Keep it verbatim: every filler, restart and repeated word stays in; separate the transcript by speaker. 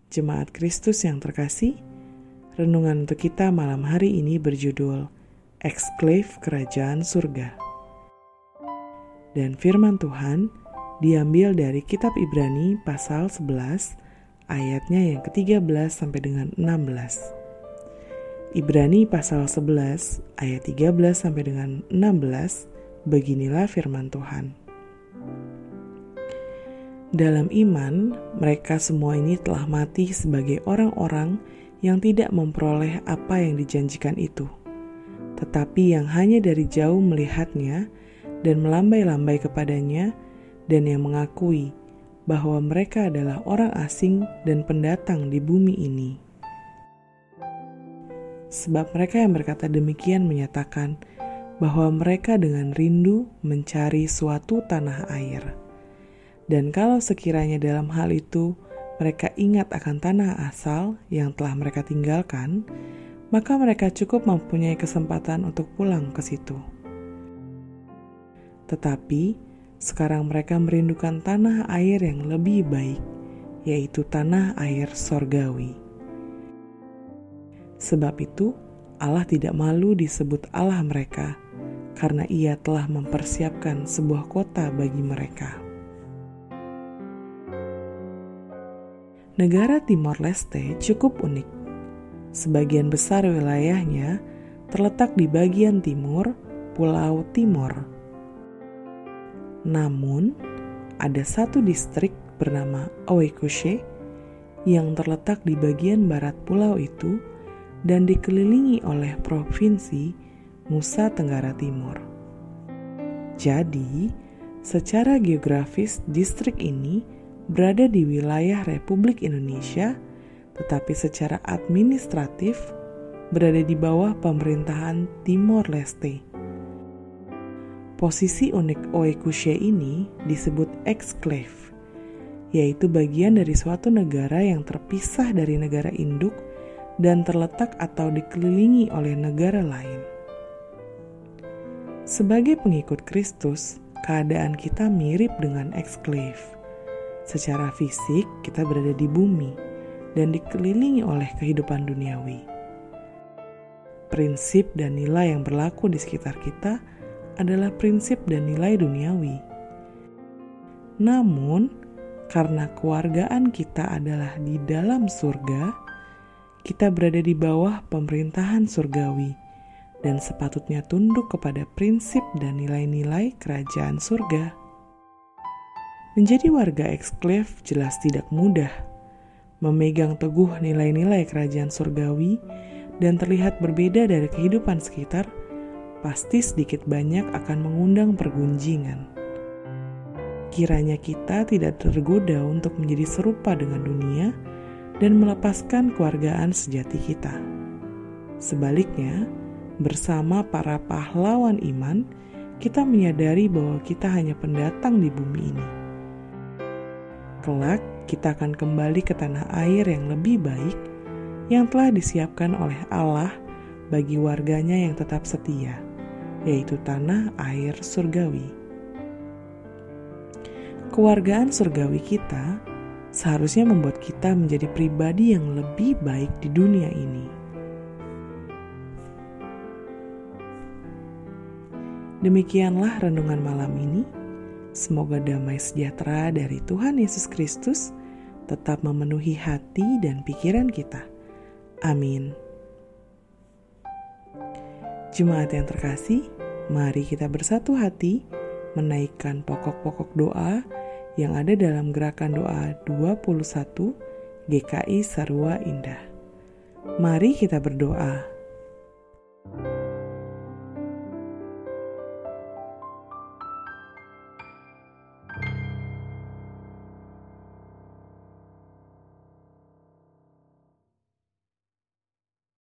Speaker 1: Jemaat Kristus yang terkasih, renungan untuk kita malam hari ini berjudul Eksklave Kerajaan Surga. Dan firman Tuhan diambil dari kitab Ibrani pasal sebelas, ayatnya yang ketiga belas sampai dengan enam belas. Ibrani pasal sebelas, ayat tiga belas sampai dengan enam belas, beginilah firman Tuhan. Dalam iman, mereka semua ini telah mati sebagai orang-orang yang tidak memperoleh apa yang dijanjikan itu, tetapi yang hanya dari jauh melihatnya dan melambai-lambai kepadanya, dan yang mengakui bahwa mereka adalah orang asing dan pendatang di bumi ini. Sebab mereka yang berkata demikian menyatakan bahwa mereka dengan rindu mencari suatu tanah air. Dan kalau sekiranya dalam hal itu mereka ingat akan tanah asal yang telah mereka tinggalkan, maka mereka cukup mempunyai kesempatan untuk pulang ke situ. Tetapi sekarang mereka merindukan tanah air yang lebih baik, yaitu tanah air sorgawi. Sebab itu Allah tidak malu disebut Allah mereka, karena Ia telah mempersiapkan sebuah kota bagi mereka. Negara Timor Leste cukup unik. Sebagian besar wilayahnya terletak di bagian timur Pulau Timor. Namun, ada satu distrik bernama Oekushe yang terletak di bagian barat pulau itu dan dikelilingi oleh provinsi Nusa Tenggara Timur. Jadi, secara geografis distrik ini berada di wilayah Republik Indonesia, tetapi secara administratif berada di bawah pemerintahan Timor Leste. Posisi unik Oekushe ini disebut eksklave, yaitu bagian dari suatu negara yang terpisah dari negara induk dan terletak atau dikelilingi oleh negara lain. Sebagai pengikut Kristus, keadaan kita mirip dengan eksklave. Secara fisik, kita berada di bumi dan dikelilingi oleh kehidupan duniawi. Prinsip dan nilai yang berlaku di sekitar kita adalah prinsip dan nilai duniawi. Namun, karena kewargaan kita adalah di dalam surga, kita berada di bawah pemerintahan surgawi dan sepatutnya tunduk kepada prinsip dan nilai-nilai kerajaan surga. Menjadi warga eksklave jelas tidak mudah. Memegang teguh nilai-nilai kerajaan surgawi dan terlihat berbeda dari kehidupan sekitar, pasti sedikit banyak akan mengundang pergunjingan. Kiranya kita tidak tergoda untuk menjadi serupa dengan dunia dan melepaskan kewargaan sejati kita. Sebaliknya, bersama para pahlawan iman, kita menyadari bahwa kita hanya pendatang di bumi ini. Kelak, kita akan kembali ke tanah air yang lebih baik yang telah disiapkan oleh Allah bagi warganya yang tetap setia, yaitu tanah air surgawi. Kewargaan surgawi kita seharusnya membuat kita menjadi pribadi yang lebih baik di dunia ini. Demikianlah renungan malam ini. Semoga damai sejahtera dari Tuhan Yesus Kristus tetap memenuhi hati dan pikiran kita. Amin. Jemaat yang terkasih, mari kita bersatu hati menaikkan pokok-pokok doa yang ada dalam gerakan doa dua puluh satu G K I Sarua Indah. Mari kita berdoa.